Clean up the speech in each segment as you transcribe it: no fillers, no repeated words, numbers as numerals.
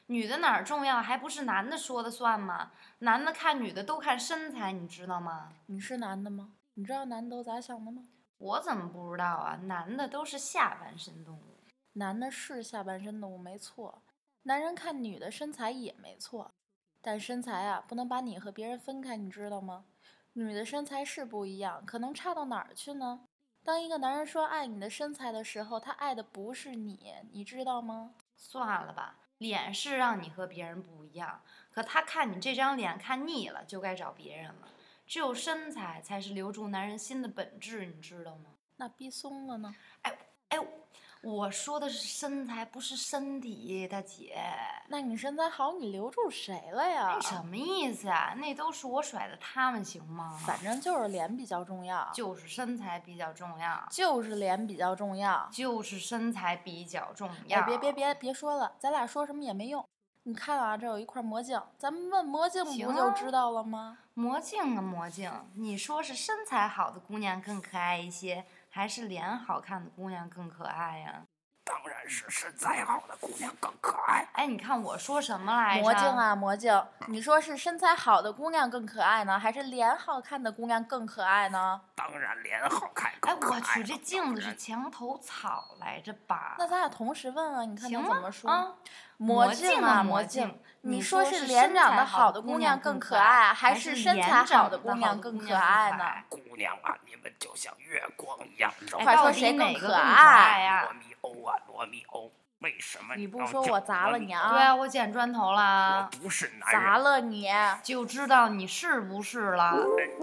女的哪儿重要，还不是男的说的算吗？男的看女的都看身材，你知道吗？ 你是男的吗？你知道男的都咋想的吗？ 我怎么不知道啊？男的都是下半身动物。 男的是下半身动物没错，男人看女的身材也没错，但身材啊不能把你和别人分开，你知道吗？女的身材是不一样，可能差到哪儿去呢？当一个男人说爱你的身材的时候，他爱的不是你，你知道吗？ 算了吧，脸是让你和别人不一样，可他看你这张脸看腻了，就该找别人了。只有身材才是留住男人心的本质，你知道吗？ 那逼松了呢？ 哎，我说的是身材，不是身体，大姐。 那你身材好，你留住谁了呀？ 那什么意思啊？那都是我甩的他们，行吗？ 反正就是脸比较重要， 就是身材比较重要， 就是脸比较重要， 就是身材比较重要。 哎，别说了，咱俩说什么也没用。你看啊，这有一块魔镜，咱们问魔镜不就知道了吗？ 魔镜啊魔镜，你说是身材好的姑娘更可爱一些，还是脸好看的姑娘更可爱呀？ 当然是身材好的姑娘更可爱。 哎，你看我说什么来着？ 魔镜啊魔镜，你说是身材好的姑娘更可爱呢，还是脸好看的姑娘更可爱呢？ 当然脸好看更可爱。 哎，我去，这镜子是墙头草来着吧？ 那咱俩同时问问，你看他怎么说？ 啊， 魔镜啊魔镜，你说是脸长得好的姑娘更可爱，还是身材好的姑娘更可爱呢？ 姑娘啊，你们就像月光一样柔。 快说谁更可爱呀？ 罗密欧啊，罗密欧，为什么你不说我砸了你啊？ 对啊，我捡砖头了。 我不是男人。 砸了你， 就知道你是不是了。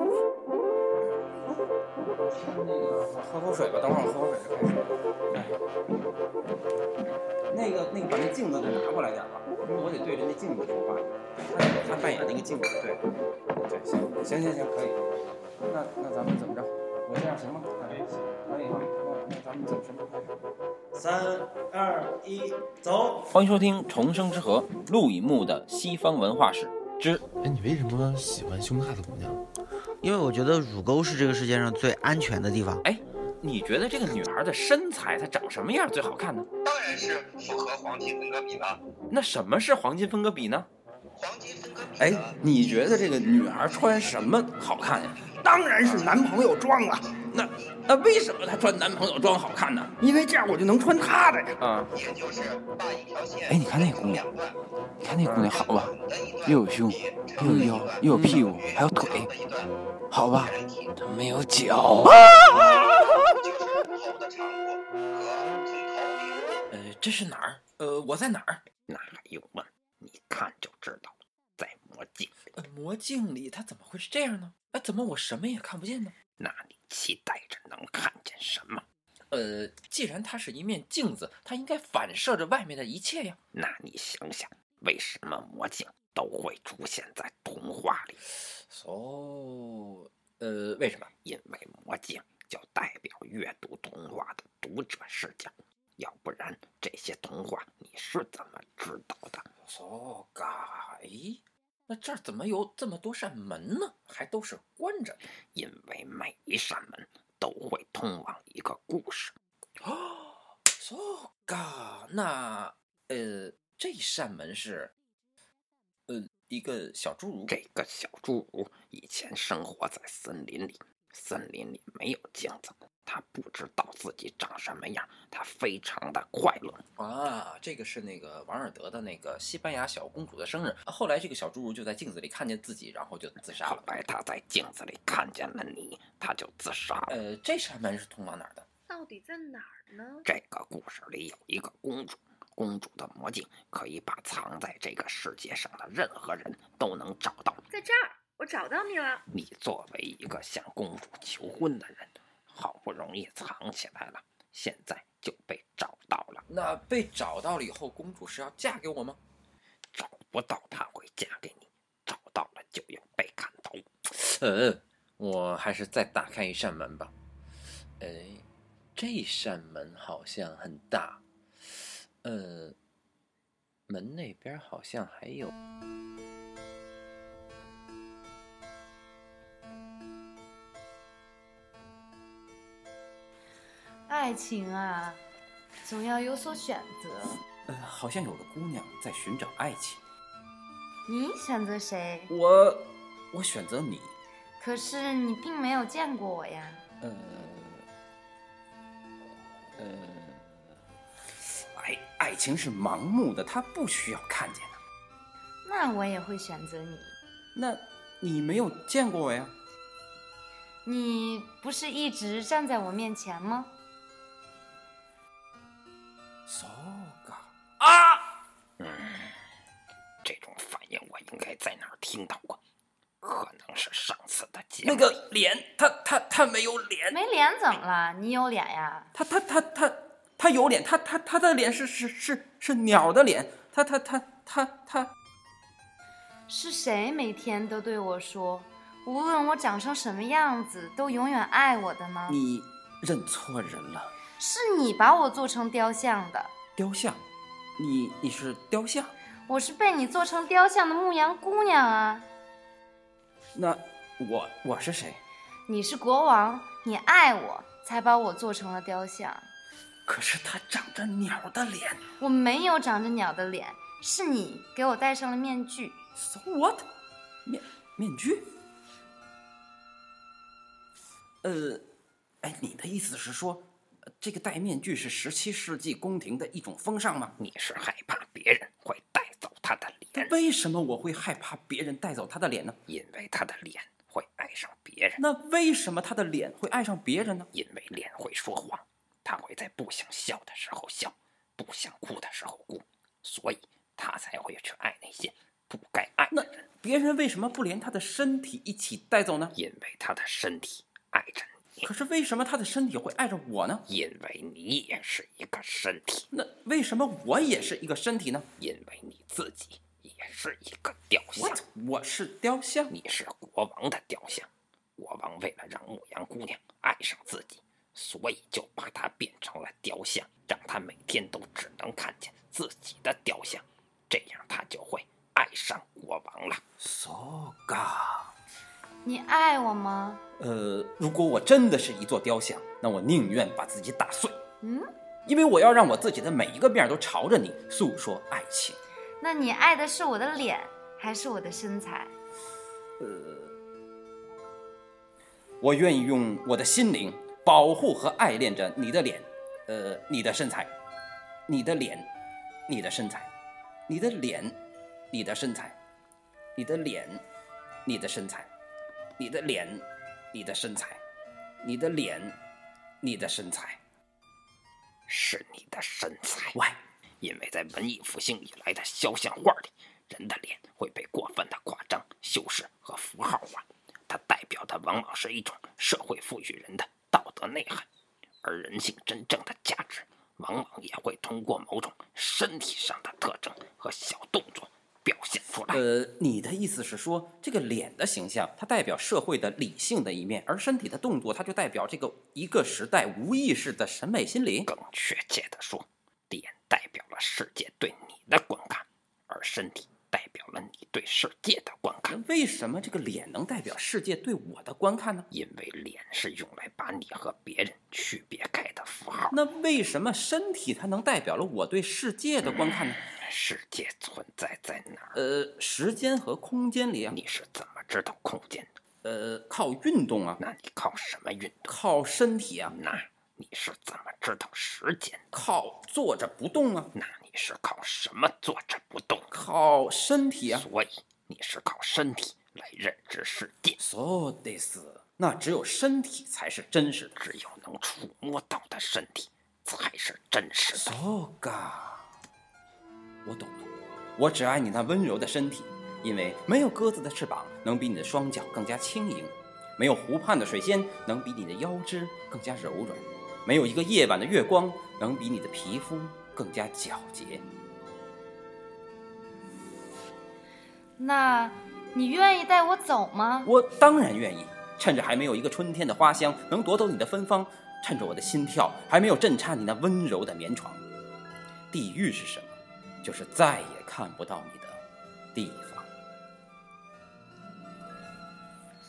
那个，喝口水吧，等会儿我喝口水就开始。那个，把那镜子再拿过来点吧，因为我得对着那镜子说话。他扮演那个镜子，对，行，可以。那咱们怎么着？我这样行吗？可以吗？那咱们怎么什么开始 ？3、2、1，走！ 欢迎收听《重生之河》陆以牧的西方文化史之。 哎，你为什么喜欢胸大的姑娘？ 因为我觉得乳沟是这个世界上最安全的地方。 哎，你觉得这个女孩的身材她长什么样最好看呢？ 当然是符合黄金分割比了。 那什么是黄金分割比呢？ 黄金分割比。 哎，你觉得这个女孩穿什么好看呀？ 当然是男朋友装了。 那为什么她穿男朋友装好看呢？ 因为这样我就能穿她的呀。 啊， 也就是把一条线。 哎，你看那姑娘，好吧，又有胸，又有腰，又有屁股，还有腿，好吧，她没有脚。 这是哪儿？我在哪儿？ 那还用问？你看就知道了，在魔镜。 魔镜里它怎么会是这样呢？怎么我什么也看不见呢？ 那你期待着能看见什么？ 既然它是一面镜子，它应该反射着外面的一切呀。 那你想想，为什么魔镜都会出现在童话里？ 为什么？ 因为魔镜就代表阅读童话的读者视角，要不然这些童话你是怎么知道的？ 那这儿怎么有这么多扇门呢？还都是关着的。 因为每一扇门都会通往一个故事。 那这扇门是一个小侏儒。 这个小侏儒以前生活在森林里，森林里没有镜子，他不知道自己长什么样，他非常的快乐啊。这个是那个王尔德的那个西班牙小公主的生日。后来这个小侏儒就在镜子里看见自己，然后就自杀了。 后来他在镜子里看见了你，他就自杀了。 这扇门是通往哪儿的？ 到底在哪儿呢？ 这个故事里有一个公主，公主的魔镜可以把藏在这个世界上的任何人都能找到。 在这儿，我找到你了。 你作为一个向公主求婚的人，好不容易藏起来了，现在就被找到了。 那被找到了以后，公主是要嫁给我吗？ 找不到她会嫁给你，找到了就要被砍头。 我还是再打开一扇门吧。这扇门好像很大。门那边好像还有。 爱情啊，总要有所选择。 好像有个姑娘在寻找爱情。 你选择谁？ 我选择你。 可是你并没有见过我呀。 爱情是盲目的，它不需要看见的。 那我也会选择你。 那你没有见过我呀？ 你不是一直站在我面前吗？ 这种反应我应该在哪儿听到过？可能是上次的节那目。 个脸，他没有脸。 没脸怎么了？你有脸呀？ 他有脸，他的脸是鸟的脸。他是谁每天都对我说，无论我长成什么样子，都永远爱我的呢？ 你认错人了。 是你把我做成雕像的。 雕像？你是雕像？ 我是被你做成雕像的牧羊姑娘啊。 那我是谁？ 你是国王，你爱我，才把我做成了雕像。 可是他长着鸟的脸。 我没有长着鸟的脸，是你给我戴上了面具。 So what？ 面具？你的意思是说，这个戴面具是17世纪宫廷的一种风尚吗？ 你是害怕别人会带走他的脸？ 为什么我会害怕别人带走他的脸呢？ 因为他的脸会爱上别人。 那为什么他的脸会爱上别人呢？ 因为脸会说谎，他会在不想笑的时候笑，不想哭的时候哭，所以他才会去爱那些不该爱的人。 那别人为什么不连他的身体一起带走呢？ 因为他的身体爱着你。 可是为什么他的身体会爱着我呢？ 因为你也是一个身体。 那为什么我也是一个身体呢？ 因为你自己也是一个雕像。 我是雕像？ 你是国王的雕像。国王为了让牧羊姑娘爱上自己，所以就把她变成了雕像，让她每天都只能看见自己的雕像，这样她就会爱上国王了。 So ga。 你爱我吗？ 如果我真的是一座雕像，那我宁愿把自己打碎。因为我要让我自己的每一个面都朝着你诉说爱情。 那你爱的是我的脸，还是我的身材？ 我愿意用我的心灵保护和爱恋着你的脸，你的身材，你的脸，你的身材，你的脸，你的身材，你的脸，你的身材，你的脸，你的身材，你的脸，你的身材， 是你的身材。 喂， 因为在文艺复兴以来的肖像画里，人的脸会被过分的夸张、修饰和符号化，它代表的往往是一种社会赋予人的道德内涵，而人性真正的价值往往也会通过某种身体上的特征和小动作表现出来。 你的意思是说，这个脸的形象它代表社会的理性的一面，而身体的动作它就代表这个一个时代无意识的审美心理？ 更确切地说，脸代表了世界对你的观看，而身体代表了你对世界的观看。 为什么这个脸能代表世界对我的观看呢？ 因为脸是用来把你和别人区别开的符号。 那为什么身体它能代表了我对世界的观看呢？ 世界存在在哪儿？ 时间和空间里啊。 你是怎么知道空间的？ 靠运动啊。 那你靠什么运动？ 靠身体啊。 那你是怎么知道时间？ 靠坐着不动啊。 那你是靠什么坐着不动？ 靠身体啊。 所以你是靠身体来认知世界。 So this， 那只有身体才是真实， 只有能触摸到的身体才是真实的。 So ga， 我懂了，我只爱你那温柔的身体，因为没有鸽子的翅膀能比你的双脚更加轻盈，没有湖畔的水仙能比你的腰肢更加柔软，没有一个夜晚的月光能比你的皮肤更加皎洁。 那你愿意带我走吗？ 我当然愿意，趁着还没有一个春天的花香能夺走你的芬芳，趁着我的心跳还没有震颤你那温柔的棉床。地狱是什么？就是再也看不到你的地方。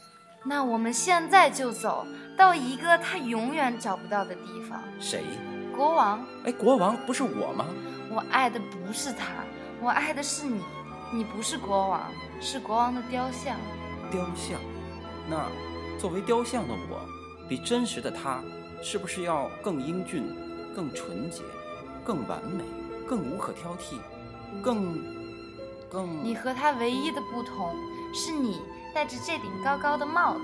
那我们现在就走到一个他永远找不到的地方。 谁？ 国王， 哎，国王不是我吗？ 我爱的不是他，我爱的是你。你不是国王，是国王的雕像。 雕像，那作为雕像的我，比真实的他，是不是要更英俊、更纯洁、更完美、更无可挑剔、更…… 你和他唯一的不同，是你戴着这顶高高的帽子。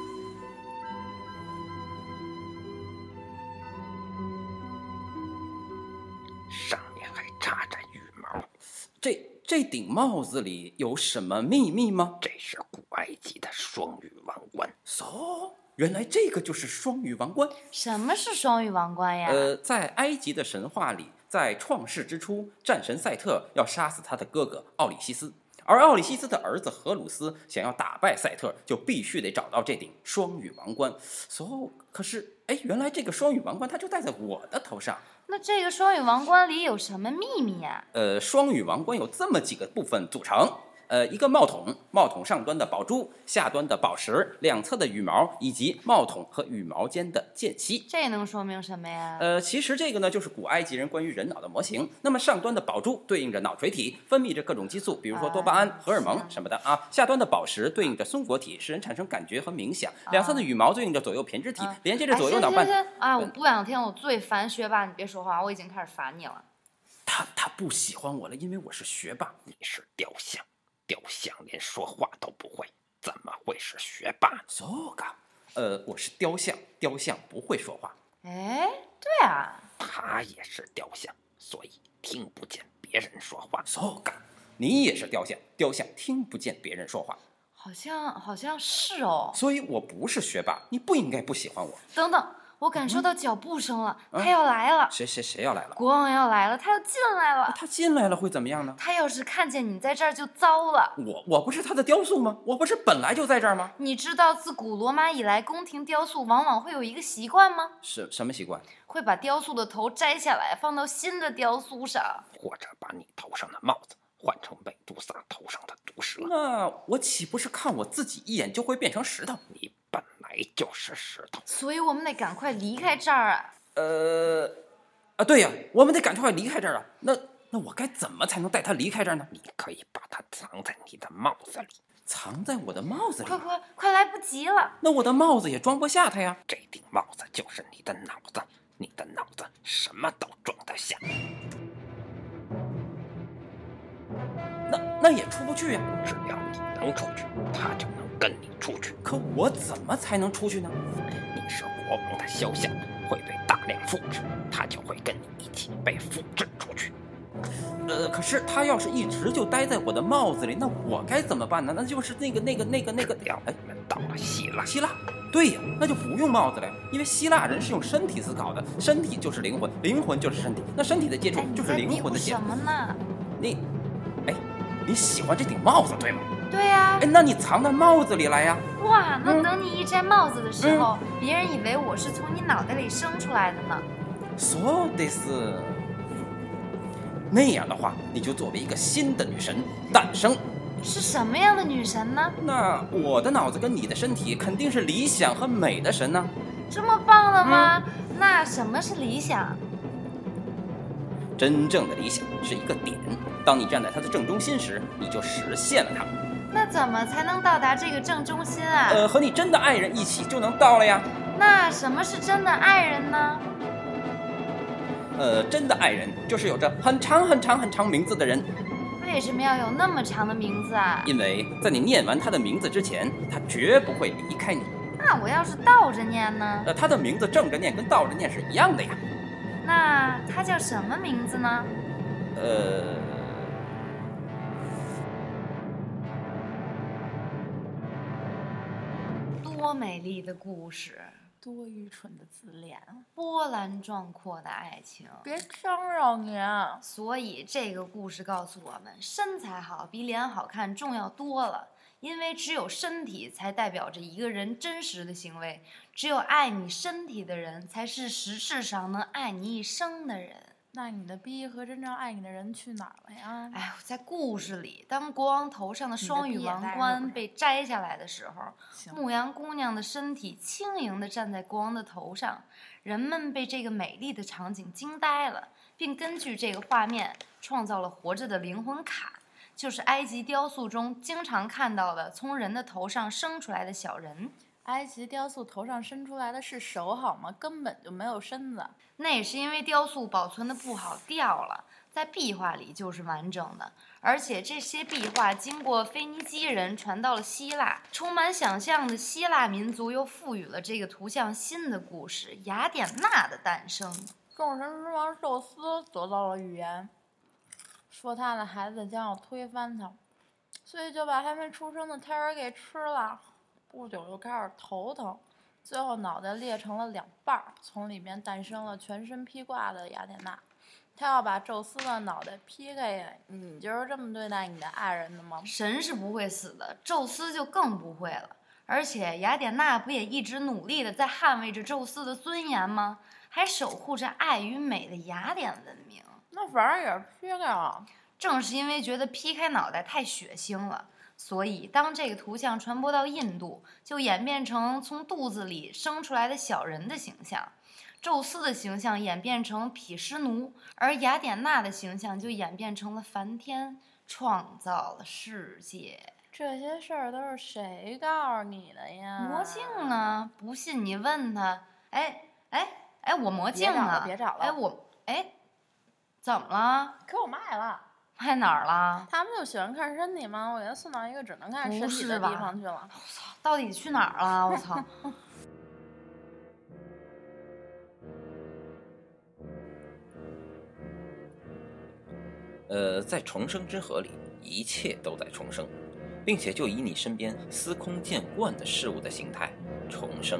上面还插着羽毛。 这顶帽子里有什么秘密吗？ 这是古埃及的双羽王冠。 原来这个就是双羽王冠。 什么是双羽王冠呀？ 在埃及的神话里，在创世之初，战神赛特要杀死他的哥哥奥里西斯，而奥里西斯的儿子荷鲁斯想要打败赛特，就必须得找到这顶双羽王冠。可是，原来这个双羽王冠它就戴在我的头上。 那这个双羽王冠里有什么秘密呀？ 双羽王冠有这么几个部分组成。一个帽筒，帽筒上端的宝珠，下端的宝石，两侧的羽毛，以及帽筒和羽毛间的间隙。 这能说明什么呀？ 其实这个呢，就是古埃及人关于人脑的模型。那么上端的宝珠对应着脑垂体，分泌着各种激素，比如说多巴胺、荷尔蒙什么的啊。下端的宝石对应着松果体，使人产生感觉和冥想。两侧的羽毛对应着左右胼胝体，连接着左右脑半。 我不想听，我最烦学霸，你别说话，我已经开始烦你了。 他不喜欢我了，因为我是学霸。 你是雕像。雕像连说话都不会，怎么会是学霸呢？ 我是雕像，雕像不会说话。 对啊， 他也是雕像，所以听不见别人说话。 你也是雕像，雕像听不见别人说话。 好像是哦。 所以我不是学霸，你不应该不喜欢我。 等等。我感受到脚步声了，他要来了。 谁要来了？ 国王要来了，他要进来了。 他进来了会怎么样呢？ 他要是看见你在这儿就糟了。 我不是他的雕塑吗？我不是本来就在这儿吗？ 你知道自古罗马以来，宫廷雕塑往往会有一个习惯吗？ 什么习惯？ 会把雕塑的头摘下来，放到新的雕塑上， 或者把你头上的帽子换成美杜莎头上的毒蛇。 那我岂不是看我自己一眼就会变成石头？ 你本来就是石头， 所以我们得赶快离开这儿啊！ 对呀，我们得赶快离开这儿啊！那我该怎么才能带他离开这儿呢？ 你可以把它藏在你的帽子里。 藏在我的帽子里？ 快来不及了！ 那我的帽子也装不下它呀。 这顶帽子就是你的脑子，你的脑子什么都装得下。 那也出不去呀。 只要你能出去，他就能跟你出去。 可我怎么才能出去呢？ 你是国王的肖像，会被大量复制，他就会跟你一起被复制出去。 可是他要是一直就待在我的帽子里，那我该怎么办呢？那就是那个。 到了希腊， 对呀，那就不用帽子了，因为希腊人是用身体思考的，身体就是灵魂，灵魂就是身体，那身体的接触就是灵魂的接触。 什么呢？ 你喜欢这顶帽子对吗？ 对呀。 那你藏到帽子里来呀。 哇，那等你一摘帽子的时候，别人以为我是从你脑袋里生出来的呢。 そうです。那样的话，你就作为一个新的女神诞生。 是什么样的女神呢？ 那我的脑子跟你的身体肯定是理想和美的神呢。 这么棒了吗？那什么是理想？ 真正的理想是一个点，当你站在它的正中心时，你就实现了它。 那怎么才能到达这个正中心啊？ 和你真的爱人一起就能到了呀。 那什么是真的爱人呢？ 真的爱人就是有着很长很长很长名字的人。 为什么要有那么长的名字啊？ 因为在你念完他的名字之前，他绝不会离开你。 那我要是倒着念呢？ 他的名字正着念跟倒着念是一样的呀。 那他叫什么名字呢？多美丽的故事， 多愚蠢的自恋， 波澜壮阔的爱情。 别张扰你啊！ 所以这个故事告诉我们，身材好比脸好看重要多了。因为只有身体才代表着一个人真实的行为，只有爱你身体的人才是实质上能爱你一生的人。 那你的逼和真正爱你的人去哪儿了呀？ 哎呦，在故事里，当国王头上的双羽王冠被摘下来的时候，牧羊姑娘的身体轻盈地站在国王的头上，人们被这个美丽的场景惊呆了，并根据这个画面创造了活着的灵魂卡，就是埃及雕塑中经常看到的从人的头上生出来的小人。 埃及雕塑头上伸出来的是手好吗？根本就没有身子。 那也是因为雕塑保存的不好掉了，在壁画里就是完整的。而且这些壁画经过腓尼基人传到了希腊，充满想象的希腊民族又赋予了这个图像新的故事——雅典娜的诞生。 众神之王宙斯得到了预言，说他的孩子将要推翻他，所以就把还没出生的胎儿给吃了。不久就开始头疼，最后脑袋裂成了2半，从里面诞生了全身披挂的雅典娜。他要把宙斯的脑袋劈开呀！你就是这么对待你的爱人的吗？ 神是不会死的，宙斯就更不会了。而且雅典娜不也一直努力的在捍卫着宙斯的尊严吗？还守护着爱与美的雅典文明。 那反正也是劈开了。 正是因为觉得劈开脑袋太血腥了，所以当这个图像传播到印度，就演变成从肚子里生出来的小人的形象。宙斯的形象演变成毗湿奴，而雅典娜的形象就演变成了梵天，创造了世界。 这些事儿都是谁告诉你的呀？ 魔镜啊，不信你问他。哎，我魔镜啊！ 别找了， 怎么了？ 给我卖了。 卖哪儿了？ 他们就喜欢看身体吗？我给他送到一个只能看身体的地方去了。 我操，到底去哪儿了？我操！ 在重生之河里，一切都在重生，并且就以你身边司空见惯的事物的形态重生。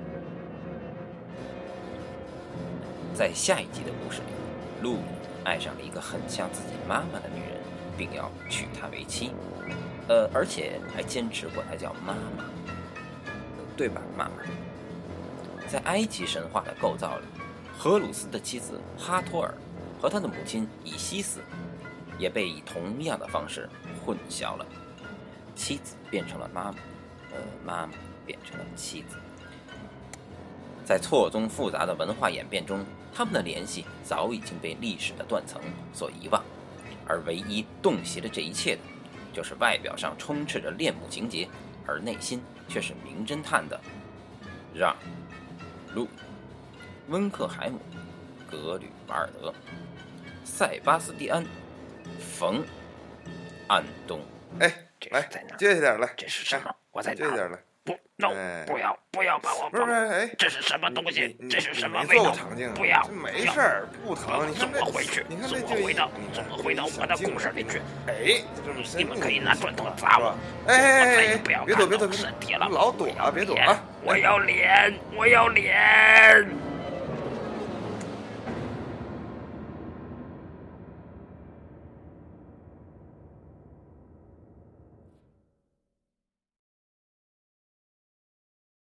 在下一集的故事里，路易爱上了一个很像自己妈妈的女人，并要娶她为妻，而且还坚持管她叫妈妈，对吧，妈妈？在埃及神话的构造里，荷鲁斯的妻子哈托尔和他的母亲以西斯也被以同样的方式混淆了，妻子变成了妈妈，妈妈变成了妻子。在错综复杂的文化演变中，他们的联系早已经被历史的断层所遗忘，而唯一洞悉了这一切的，就是外表上充斥着恋母情节，而内心却是名侦探的让、路、温克海姆、格吕瓦尔德、塞巴斯蒂安、冯、安东。 哎，来，接一点来。 这是什么？我在哪？接一点来。 不 ，no， 不要把我放。 不是，哎， 这是什么东西？这是什么味道？ 不要， 没事儿，不疼。你看这，回去， 你看这回到我的故事里去。 哎， 你们可以拿砖头砸我。 哎， 不要别躲， 身体了， 老躲啊，别躲啊！ 我要脸。